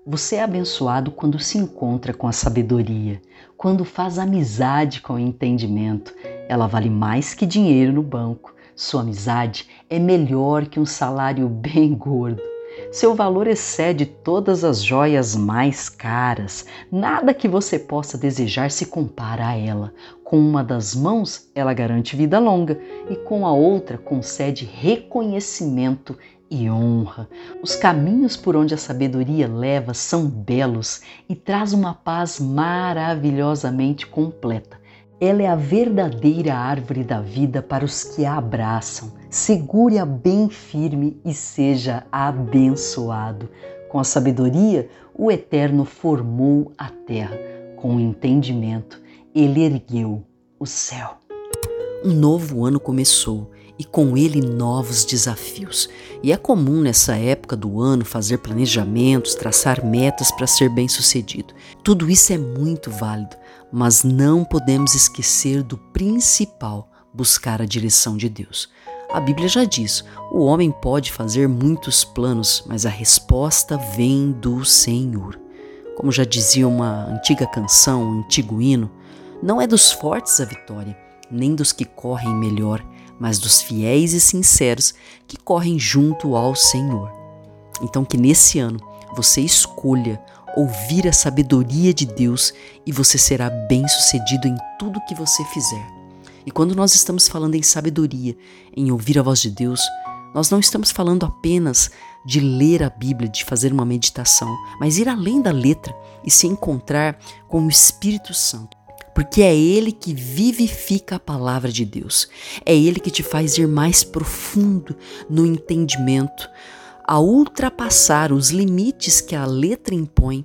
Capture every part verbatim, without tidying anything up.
Você é abençoado quando se encontra com a sabedoria, quando faz amizade com o entendimento. Ela vale mais que dinheiro no banco. Sua amizade é melhor que um salário bem gordo. Seu valor excede todas as joias mais caras. Nada que você possa desejar se compara a ela. Com uma das mãos, ela garante vida longa e com a outra concede reconhecimento e honra. Os caminhos por onde a sabedoria leva são belos e traz uma paz maravilhosamente completa. Ela é a verdadeira árvore da vida para os que a abraçam. Segure-a bem firme e seja abençoado. Com a sabedoria, o Eterno formou a terra. Com o entendimento, ele ergueu o céu. Um novo ano começou e com ele novos desafios. E é comum nessa época do ano fazer planejamentos, traçar metas para ser bem-sucedido. Tudo isso é muito válido, mas não podemos esquecer do principal, buscar a direção de Deus. A Bíblia já diz, o homem pode fazer muitos planos, mas a resposta vem do Senhor. Como já dizia uma antiga canção, um antigo hino, não é dos fortes a vitória, nem dos que correm melhor, mas dos fiéis e sinceros que correm junto ao Senhor. Então que nesse ano você escolha ouvir a sabedoria de Deus e você será bem-sucedido em tudo que você fizer. E quando nós estamos falando em sabedoria, em ouvir a voz de Deus, nós não estamos falando apenas de ler a Bíblia, de fazer uma meditação, mas ir além da letra e se encontrar com o Espírito Santo. Porque é Ele que vivifica a palavra de Deus. É Ele que te faz ir mais profundo no entendimento, a ultrapassar os limites que a letra impõe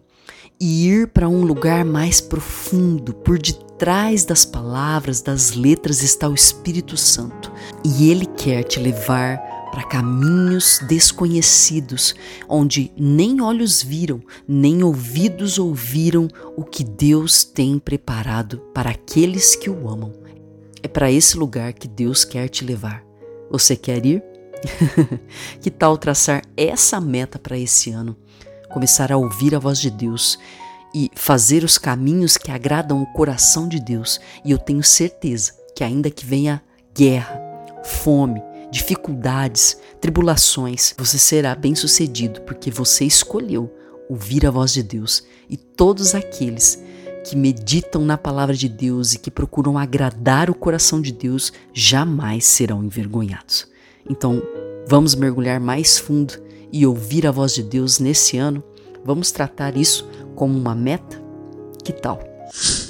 e ir para um lugar mais profundo. Por detrás das palavras, das letras está o Espírito Santo. E Ele quer te levar para caminhos desconhecidos, onde nem olhos viram, nem ouvidos ouviram o que Deus tem preparado para aqueles que o amam. É para esse lugar que Deus quer te levar. Você quer ir? Que tal traçar essa meta para esse ano? Começar a ouvir a voz de Deus e fazer os caminhos que agradam o coração de Deus. E eu tenho certeza que ainda que venha guerra, fome, dificuldades, tribulações, você será bem-sucedido porque você escolheu ouvir a voz de Deus. E todos aqueles que meditam na palavra de Deus e que procuram agradar o coração de Deus jamais serão envergonhados. Então, vamos mergulhar mais fundo e ouvir a voz de Deus nesse ano? Vamos tratar isso como uma meta? Que tal?